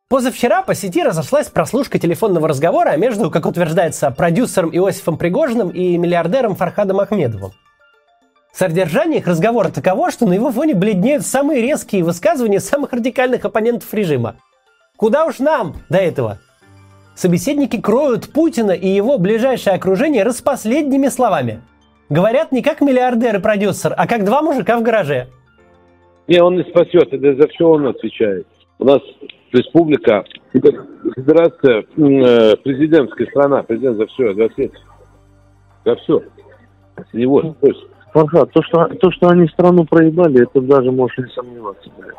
Позавчера по сети разошлась прослушка телефонного разговора между, как утверждается, продюсером Иосифом Пригожиным и миллиардером Фархадом Ахмедовым. Содержание их разговора таково, что на его фоне бледнеют самые резкие высказывания самых радикальных оппонентов режима. Куда уж нам до этого? Собеседники кроют Путина и его ближайшее окружение распоследними словами. Говорят не как миллиардер и продюсер, а как два мужика в гараже. Не, он не спасет, это за все он отвечает. У нас республика, федерация, президентская страна, президент за все, за всех. За все. Его. То есть, Фархад, то, что они страну проебали, это даже можешь не сомневаться, блядь.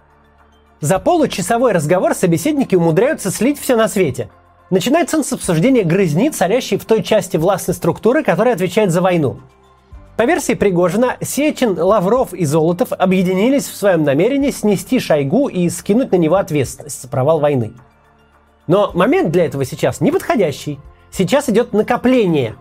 За получасовой разговор собеседники умудряются слить все на свете. Начинается он с обсуждения грызни, царящей в той части властной структуры, которая отвечает за войну. По версии Пригожина, Сечин, Лавров и Золотов объединились в своем намерении снести Шойгу и скинуть на него ответственность за провал войны. Но момент для этого сейчас неподходящий. Сейчас идет накопление.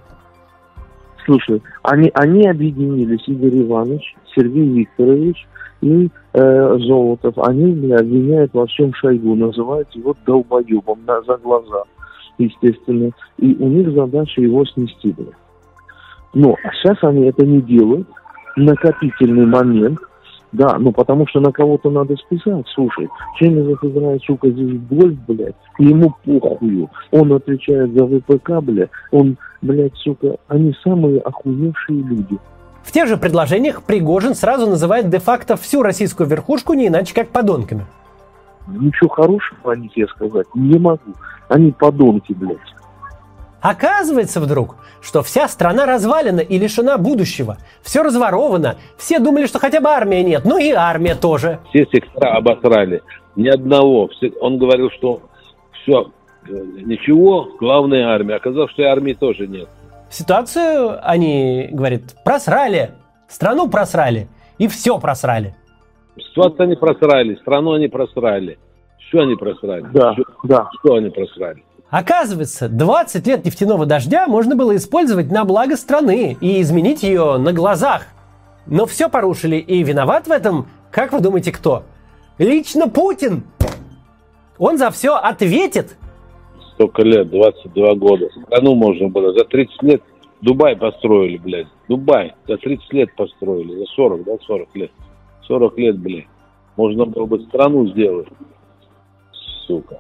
Слушай, они объединились, Игорь Иванович, Сергей Викторович и Золотов. Они обвиняют во всем Шойгу, называют его долбоебом за глаза, естественно. И у них задача его снести, блядь. Но сейчас они это не делают. Накопительный момент. Да, потому что на кого-то надо списать. Слушай, Чемезов играет, сука, здесь в гольф, блядь. Ему похую. Он отвечает за ВПК, блядь. Он, блядь, сука, они самые охуевшие люди. В тех же предложениях Пригожин сразу называет де-факто всю российскую верхушку не иначе как подонками. Ничего хорошего о них я сказать не могу. Они подонки, блядь. Оказывается вдруг, что вся страна развалена и лишена будущего. Все разворовано. Все думали, что хотя бы армия нет. Ну и армия тоже. все сектора обосрали. Ни одного. Он говорил, что все, ничего, главная армия. Оказалось, что и армии тоже нет. Ситуацию они, говорит, просрали. Страну просрали. И все просрали. Ситуацию они просрали, страну они просрали. Все они просрали. Да, все, да. Что они просрали? Оказывается, 20 лет нефтяного дождя можно было использовать на благо страны и изменить ее на глазах. Но все порушили, и виноват в этом, как вы думаете, кто? Лично Путин! Он за все ответит. Столько лет, 22 года. Страну можно было. За 30 лет Дубай построили, блядь. Дубай за 30 лет построили. За 40, да, 40 лет. 40 лет, блядь. Можно было бы страну сделать. Сука.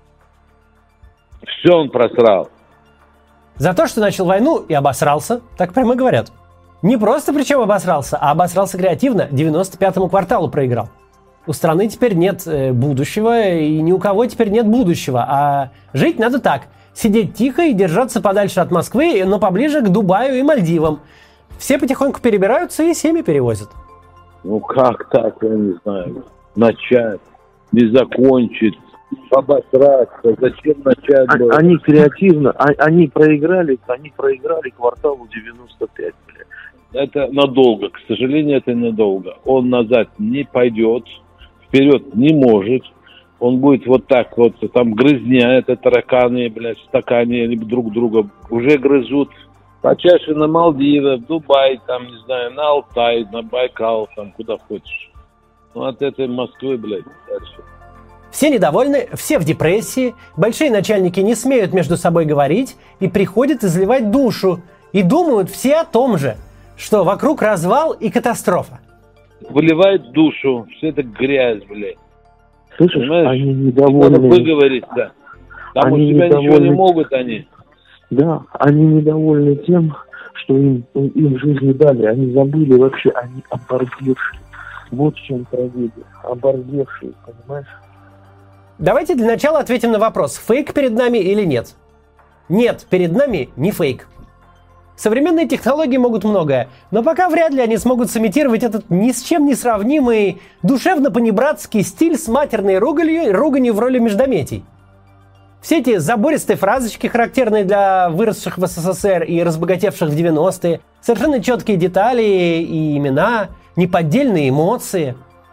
Все он просрал. За то, что начал войну и обосрался, так прямо говорят. Не просто причем обосрался, а обосрался креативно, 95-му кварталу проиграл. У страны теперь нет будущего, и ни у кого теперь нет будущего. А жить надо так. Сидеть тихо и держаться подальше от Москвы, но поближе к Дубаю и Мальдивам. Все потихоньку перебираются и семьи перевозят. Ну как так, я не знаю. Начать, не закончить, обосраться. Зачем начать было? Они креативно, они проиграли кварталу 95, блядь. Это надолго, к сожалению, это надолго. Он назад не пойдет, вперед не может. Он будет вот так вот, там грызня, это тараканы, блядь, в стакане, либо друг друга уже грызут. Почаще на Малдивы, в Дубай, там, не знаю, на Алтай, на Байкал, там, куда хочешь. Ну, от этой Москвы, блядь, дальше. Все недовольны, все в депрессии, большие начальники не смеют между собой говорить и приходят изливать душу. И думают все о том же, что вокруг развал и катастрофа. Выливают душу, все это грязь, блядь. Слышишь, понимаешь? Они недовольны. Надо выговориться. Там Они у себя недовольны. ничего не могут они. Да, они недовольны тем, что им жизни дали. Они забыли вообще, они обордевшие. Вот в чем трагедия. Обордевшие, понимаешь? Давайте для начала ответим на вопрос, фейк перед нами или нет. Нет, перед нами не фейк. Современные технологии могут многое, но пока вряд ли они смогут сымитировать этот ни с чем не сравнимый душевно-понебратский стиль с матерной руганью в роли междометий. Все эти забористые фразочки, характерные для выросших в СССР и разбогатевших в 90-е, совершенно четкие детали и имена, неподдельные эмоции.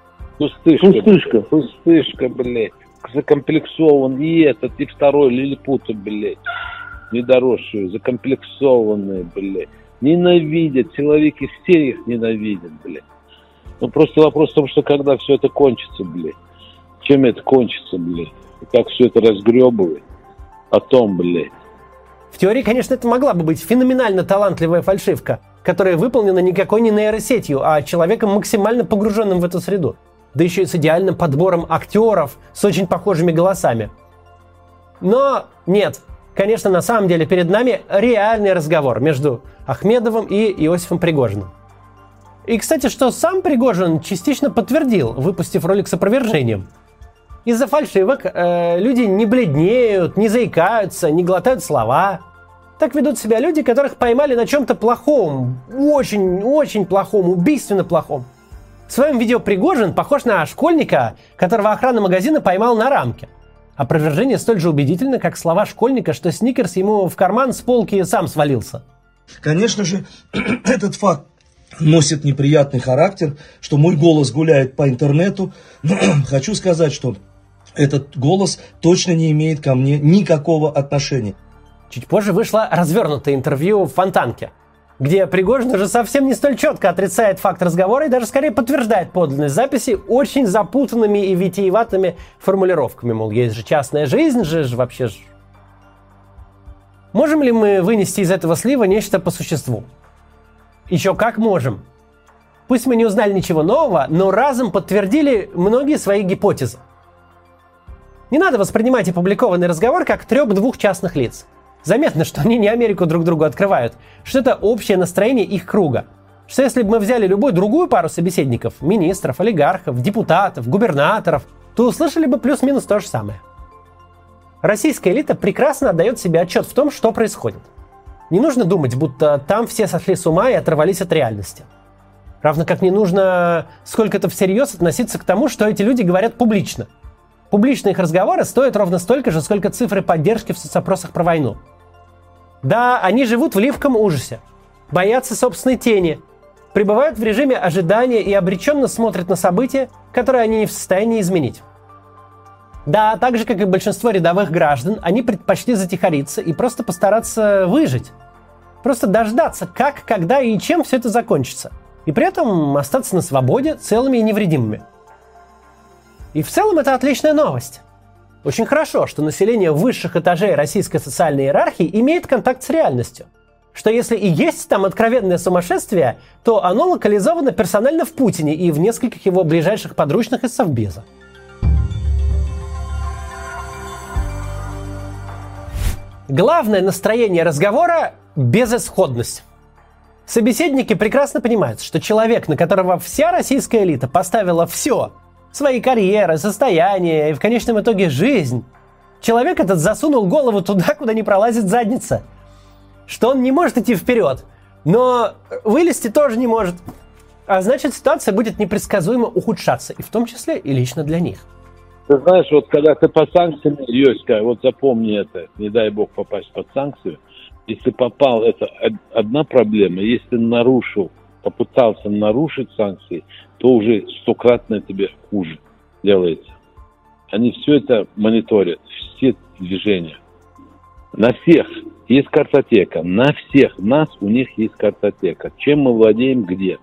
Пустышка, блядь. Закомплексован и этот, и второй лилипуты, блядь. Недоросшие, закомплексованные, блядь. Ненавидят, человеки все их ненавидят, блядь. Ну просто вопрос в том, что когда все это кончится, блядь. Чем это кончится, блядь? и как все это разгребывать, потом, блядь. В теории, конечно, это могла бы быть феноменально талантливая фальшивка, которая выполнена никакой не нейросетью, а человеком максимально погруженным в эту среду. Да еще и с идеальным подбором актеров с очень похожими голосами. Но нет. Конечно, на самом деле перед нами реальный разговор между Ахмедовым и Иосифом Пригожиным. И, кстати, что сам Пригожин частично подтвердил, выпустив ролик с опровержением. Из-за фальшивок люди не бледнеют, не заикаются, не глотают слова. Так ведут себя люди, которых поймали на чем-то плохом, очень-очень плохом, убийственно плохом. В своем видео Пригожин похож на школьника, которого охрана магазина поймал на рамке. Опровержение столь же убедительно, как слова школьника, что сникерс ему в карман с полки сам свалился. Конечно же, этот факт носит неприятный характер, что мой голос гуляет по интернету. Но хочу сказать, что этот голос точно не имеет ко мне никакого отношения. Чуть позже вышло развернутое интервью в Фонтанке, где Пригожин уже совсем не столь четко отрицает факт разговора и даже скорее подтверждает подлинность записи очень запутанными и витиеватыми формулировками. Мол, есть же частная жизнь, вообще. Можем ли мы вынести из этого слива нечто по существу? Еще как можем. Пусть мы не узнали ничего нового, но разом подтвердили многие свои гипотезы. Не надо воспринимать опубликованный разговор как трёп двух частных лиц. Заметно, что они не Америку друг другу открывают, что это общее настроение их круга. Что если бы мы взяли любую другую пару собеседников, министров, олигархов, депутатов, губернаторов, то услышали бы плюс-минус то же самое. Российская элита прекрасно отдает себе отчет в том, что происходит. Не нужно думать, будто там все сошли с ума и оторвались от реальности. Равно как не нужно сколько-то всерьез относиться к тому, что эти люди говорят публично. Публичные их разговоры стоят ровно столько же, сколько цифры поддержки в соцопросах про войну. Да, они живут в ливком ужасе, боятся собственной тени, пребывают в режиме ожидания и обреченно смотрят на события, которые они не в состоянии изменить. Да, так же, как и большинство рядовых граждан, они предпочли затихариться и просто постараться выжить. Просто дождаться, как, когда и чем все это закончится. И при этом остаться на свободе целыми и невредимыми. И в целом это отличная новость. Очень хорошо, что население высших этажей российской социальной иерархии имеет контакт с реальностью. Что если и есть там откровенное сумасшествие, то оно локализовано персонально в Путине и в нескольких его ближайших подручных из Совбеза. Главное настроение разговора – безысходность. Собеседники прекрасно понимают, что человек, на которого вся российская элита поставила все – свои карьеры, состояние и в конечном итоге жизнь. Человек этот засунул голову туда, куда не пролазит задница. Что он не может идти вперед, но вылезти тоже не может. А значит, ситуация будет непредсказуемо ухудшаться, и в том числе и лично для них. Ты знаешь, вот когда ты по санкциям, Йоська, вот запомни это, не дай бог попасть под санкцию. Если попал, это одна проблема. Если нарушил, попытался нарушить санкции, то уже стократно тебе хуже делается. Они все это мониторят, все движения. На всех есть картотека, на всех нас у них есть картотека. Чем мы владеем, где.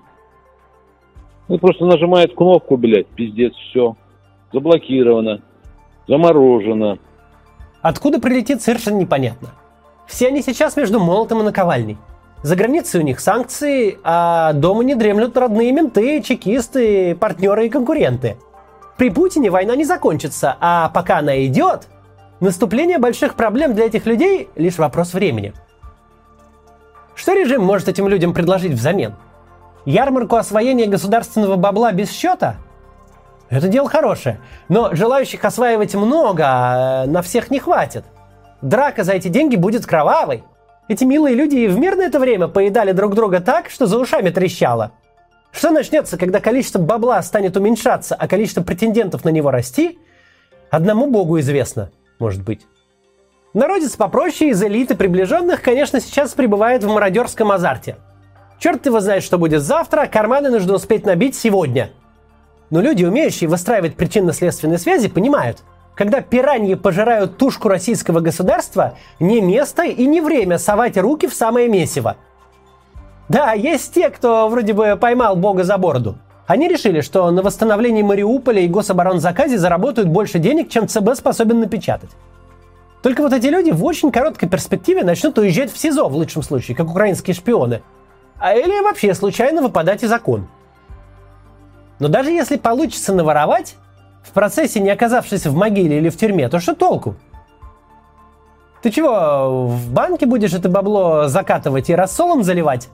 Ну, просто нажимает кнопку, блядь, пиздец, все. Заблокировано, заморожено. Откуда прилетит, совершенно непонятно. Все они сейчас между молотом и наковальней. За границей у них санкции, а дома не дремлют родные менты, чекисты, партнеры и конкуренты. При Путине война не закончится, а пока она идет, наступление больших проблем для этих людей – лишь вопрос времени. Что режим может этим людям предложить взамен? Ярмарку освоения государственного бабла без счета? Это дело хорошее, но желающих осваивать много, а на всех не хватит. Драка за эти деньги будет кровавой. Эти милые люди и в мирное это время поедали друг друга так, что за ушами трещало. Что начнется, когда количество бабла станет уменьшаться, а количество претендентов на него расти? Одному богу известно, может быть. Народец попроще из элиты приближенных, конечно, сейчас пребывает в мародерском азарте. Черт его знает, что будет завтра, карманы нужно успеть набить сегодня. Но люди, умеющие выстраивать причинно-следственные связи, понимают, когда пираньи пожирают тушку российского государства, не место и не время совать руки в самое месиво. Да, есть те, кто вроде бы поймал Бога за бороду. Они решили, что на восстановлении Мариуполя и гособоронзаказе заработают больше денег, чем ЦБ способен напечатать. Только вот эти люди в очень короткой перспективе начнут уезжать в СИЗО, в лучшем случае, как украинские шпионы. Или вообще случайно выпадать из окон. Но даже если получится наворовать, в процессе не оказавшись в могиле или в тюрьме, то что толку? Ты чего, в банке будешь это бабло закатывать и рассолом заливать?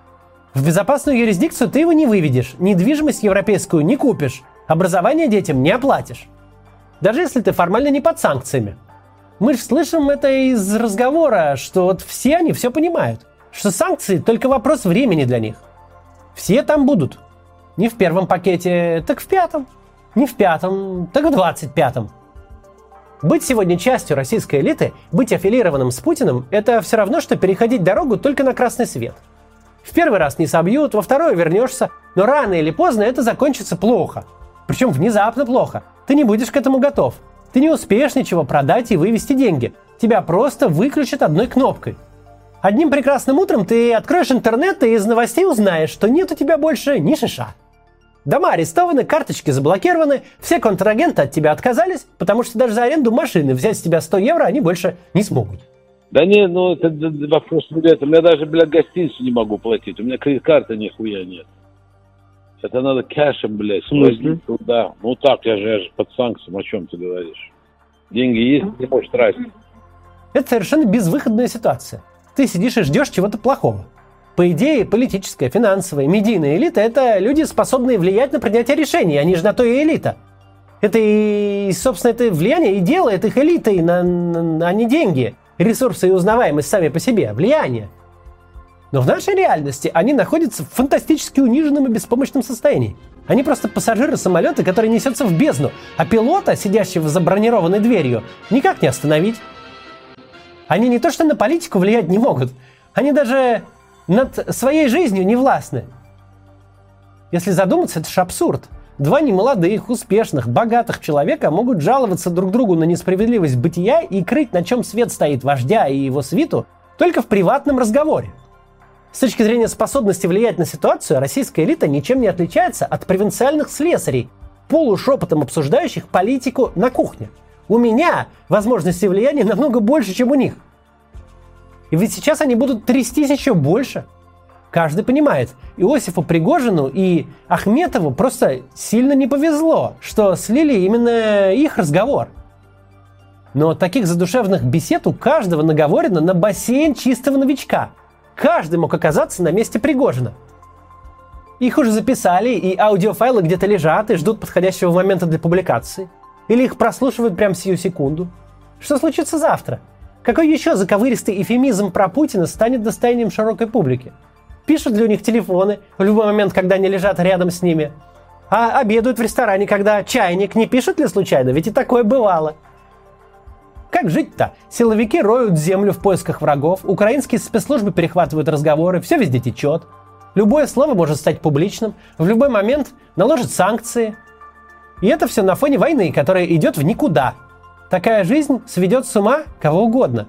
В безопасную юрисдикцию ты его не выведешь, недвижимость европейскую не купишь, образование детям не оплатишь. Даже если ты формально не под санкциями. Мы же слышим это из разговора, что вот все они все понимают, что санкции только вопрос времени для них. Все там будут. Не в первом пакете, так в пятом. Не в пятом, так в 25-м. Быть сегодня частью российской элиты, быть аффилированным с Путиным, это все равно, что переходить дорогу только на красный свет. В первый раз не собьют, во второй вернешься, но рано или поздно это закончится плохо. Причем внезапно плохо. Ты не будешь к этому готов. Ты не успеешь ничего продать и вывести деньги. Тебя просто выключат одной кнопкой. Одним прекрасным утром ты откроешь интернет и из новостей узнаешь, что нет у тебя больше ни шиша. Дома арестованы, карточки заблокированы, все контрагенты от тебя отказались, потому что даже за аренду машины взять с тебя 100 евро они больше не смогут. Да не, ну это вопрос не это. Я даже, гостиницу не могу платить. У меня кредит-карты нихуя нет. Это надо кэшем, блядь, свозить туда. Ну так, я же под санкциями, о чем ты говоришь? Деньги есть, не можешь тратить. Это совершенно безвыходная ситуация. Ты сидишь и ждешь чего-то плохого. По идее, политическая, финансовая, медийная элита – это люди, способные влиять на принятие решений, они же на то и элита. Это и, собственно, это влияние и делает их элитой, а не деньги, ресурсы и узнаваемость сами по себе, влияние. Но в нашей реальности они находятся в фантастически униженном и беспомощном состоянии. Они просто пассажиры самолета, который несется в бездну, а пилота, сидящего за бронированной дверью, никак не остановить. Они не то что на политику влиять не могут, они даже над своей жизнью не властны. Если задуматься, это ж абсурд. Два немолодых, успешных, богатых человека могут жаловаться друг другу на несправедливость бытия и крыть, на чем свет стоит вождя и его свиту, только в приватном разговоре. С точки зрения способности влиять на ситуацию, российская элита ничем не отличается от провинциальных слесарей, полушепотом обсуждающих политику на кухне. У меня возможности влияния намного больше, чем у них. И ведь сейчас они будут трястись еще больше. Каждый понимает, Иосифу Пригожину и Ахметову просто сильно не повезло, что слили именно их разговор. Но таких задушевных бесед у каждого наговорено на бассейн чистого новичка. Каждый мог оказаться на месте Пригожина. Их уже записали, и аудиофайлы где-то лежат и ждут подходящего момента для публикации. Или их прослушивают прямо сию секунду. Что случится завтра? Какой еще заковыристый эвфемизм про Путина станет достоянием широкой публики? Пишут ли у них телефоны в любой момент, когда они лежат рядом с ними? А обедают в ресторане, когда чайник, не пишут ли случайно? Ведь и такое бывало. Как жить-то? Силовики роют землю в поисках врагов, украинские спецслужбы перехватывают разговоры, все везде течет. Любое слово может стать публичным, в любой момент наложат санкции. И это все на фоне войны, которая идет в никуда. Такая жизнь сведет с ума кого угодно.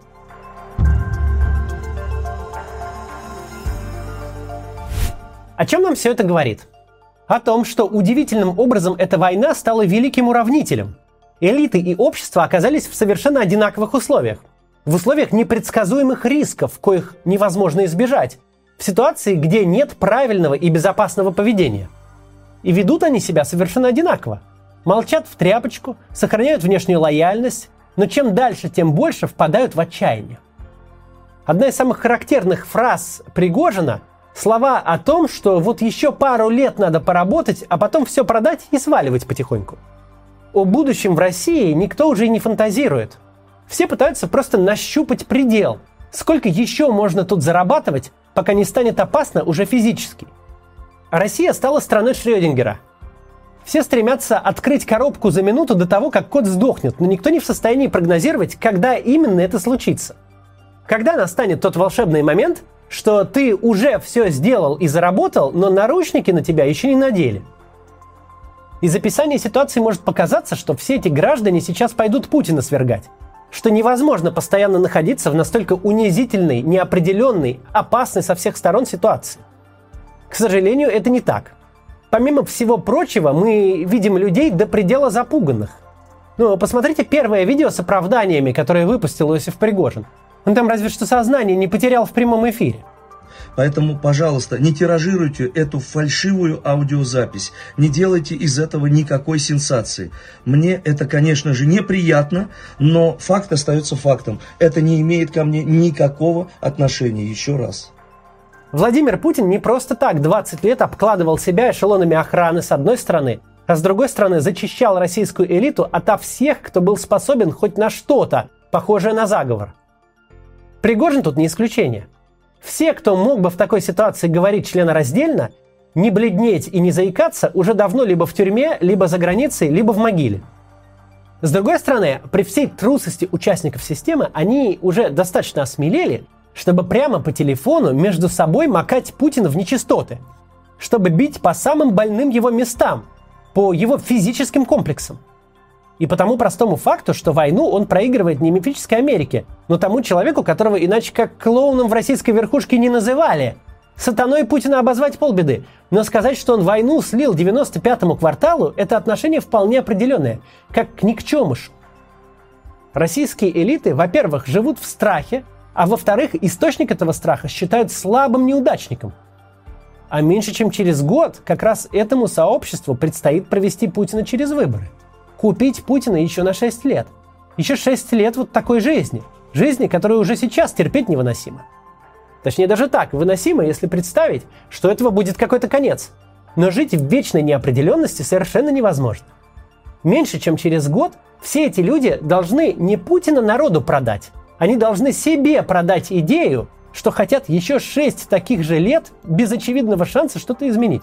О чем нам все это говорит? О том, что удивительным образом эта война стала великим уравнителем. Элиты и общество оказались в совершенно одинаковых условиях. В условиях непредсказуемых рисков, коих невозможно избежать. В ситуации, где нет правильного и безопасного поведения. И ведут они себя совершенно одинаково. Молчат в тряпочку, сохраняют внешнюю лояльность, но чем дальше, тем больше впадают в отчаяние. Одна из самых характерных фраз Пригожина – слова о том, что вот еще пару лет надо поработать, а потом все продать и сваливать потихоньку. О будущем в России никто уже и не фантазирует. Все пытаются просто нащупать предел. Сколько еще можно тут зарабатывать, пока не станет опасно уже физически? Россия стала страной Шрёдингера. Все стремятся открыть коробку за минуту до того, как кот сдохнет, но никто не в состоянии прогнозировать, когда именно это случится. Когда настанет тот волшебный момент, что ты уже все сделал и заработал, но наручники на тебя еще не надели. Из описания ситуации может показаться, что все эти граждане сейчас пойдут Путина свергать. Что невозможно постоянно находиться в настолько унизительной, неопределенной, опасной со всех сторон ситуации. К сожалению, это не так. Помимо всего прочего, мы видим людей до предела запуганных. Ну, посмотрите первое видео с оправданиями, которое выпустил Иосиф Пригожин. Он там разве что сознание не потерял в прямом эфире. Поэтому, пожалуйста, не тиражируйте эту фальшивую аудиозапись. Не делайте из этого никакой сенсации. Мне это, конечно же, неприятно, но факт остается фактом. Это не имеет ко мне никакого отношения. Еще раз. Владимир Путин не просто так 20 лет обкладывал себя эшелонами охраны с одной стороны, а с другой стороны зачищал российскую элиту ото всех, кто был способен хоть на что-то, похожее на заговор. Пригожин тут не исключение. Все, кто мог бы в такой ситуации говорить членораздельно, не бледнеть и не заикаться, уже давно либо в тюрьме, либо за границей, либо в могиле. С другой стороны, при всей трусости участников системы, они уже достаточно осмелели, чтобы прямо по телефону между собой макать Путина в нечистоты, чтобы бить по самым больным его местам, по его физическим комплексам. И по тому простому факту, что войну он проигрывает не мифической Америке, но тому человеку, которого иначе как клоуном в российской верхушке не называли. Сатаной Путина обозвать полбеды, но сказать, что он войну слил 95-му кварталу, это отношение вполне определенное, как к никчемышу. Российские элиты, во-первых, живут в страхе, а во-вторых, источник этого страха считают слабым неудачником. А меньше чем через год как раз этому сообществу предстоит провести Путина через выборы. Купить Путина еще на 6 лет. Еще 6 лет вот такой жизни. Жизни, которую уже сейчас терпеть невыносимо. Точнее, даже так, выносимо, если представить, что этого будет какой-то конец. Но жить в вечной неопределенности совершенно невозможно. Меньше чем через год все эти люди должны не Путина народу продать. Они должны себе продать идею, что хотят еще 6 таких же лет без очевидного шанса что-то изменить.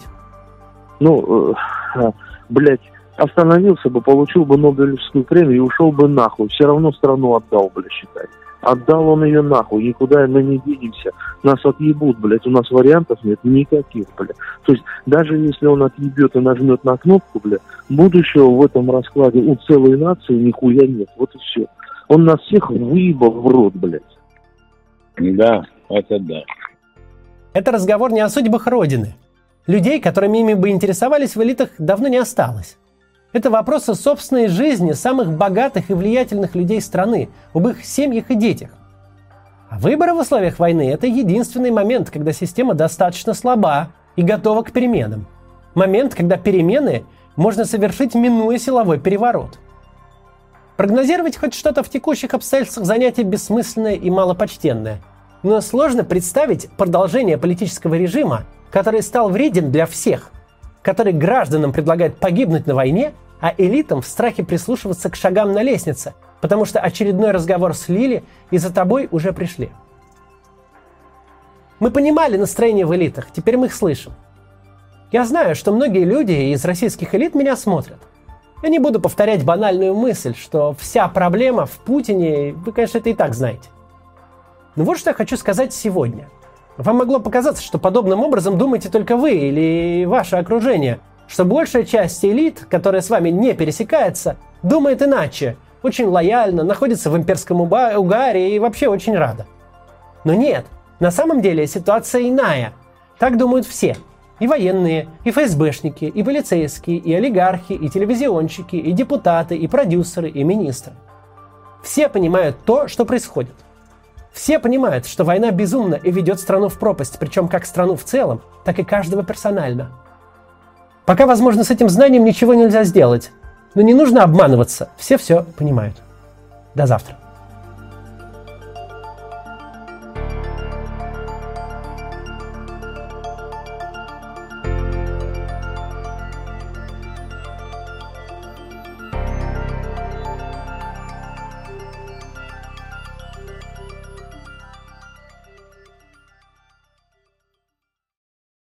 Остановился бы, получил бы Нобелевскую премию и ушел бы нахуй. Все равно страну отдал, считай. Отдал он ее нахуй, никуда мы не денемся. Нас отъебут, у нас вариантов нет никаких, То есть, даже если он отъебет и нажмет на кнопку, будущего в этом раскладе у целой нации нихуя нет. Вот и все. Он нас всех выебал в рот, Да, это да. Это разговор не о судьбах Родины. Людей, которыми ими бы интересовались, в элитах давно не осталось. Это вопрос о собственной жизни самых богатых и влиятельных людей страны, об их семьях и детях. А выборы в условиях войны – это единственный момент, когда система достаточно слаба и готова к переменам. Момент, когда перемены можно совершить, минуя силовой переворот. Прогнозировать хоть что-то в текущих обстоятельствах занятие бессмысленное и малопочтенное. Но сложно представить продолжение политического режима, который стал вреден для всех, который гражданам предлагает погибнуть на войне, а элитам в страхе прислушиваться к шагам на лестнице, потому что очередной разговор слили и за тобой уже пришли. Мы понимали настроение в элитах, теперь мы их слышим. Я знаю, что многие люди из российских элит меня смотрят. Я не буду повторять банальную мысль, что вся проблема в Путине, вы, конечно, это и так знаете. Но вот что я хочу сказать сегодня. Вам могло показаться, что подобным образом думаете только вы или ваше окружение, что большая часть элит, которая с вами не пересекается, думает иначе, очень лояльно, находится в имперском угаре и вообще очень рада. Но нет, на самом деле ситуация иная. Так думают все. И военные, и ФСБшники, и полицейские, и олигархи, и телевизионщики, и депутаты, и продюсеры, и министры. Все понимают то, что происходит. Все понимают, что война безумна и ведет страну в пропасть, причем как страну в целом, так и каждого персонально. Пока, возможно, с этим знанием ничего нельзя сделать, но не нужно обманываться, все понимают. До завтра.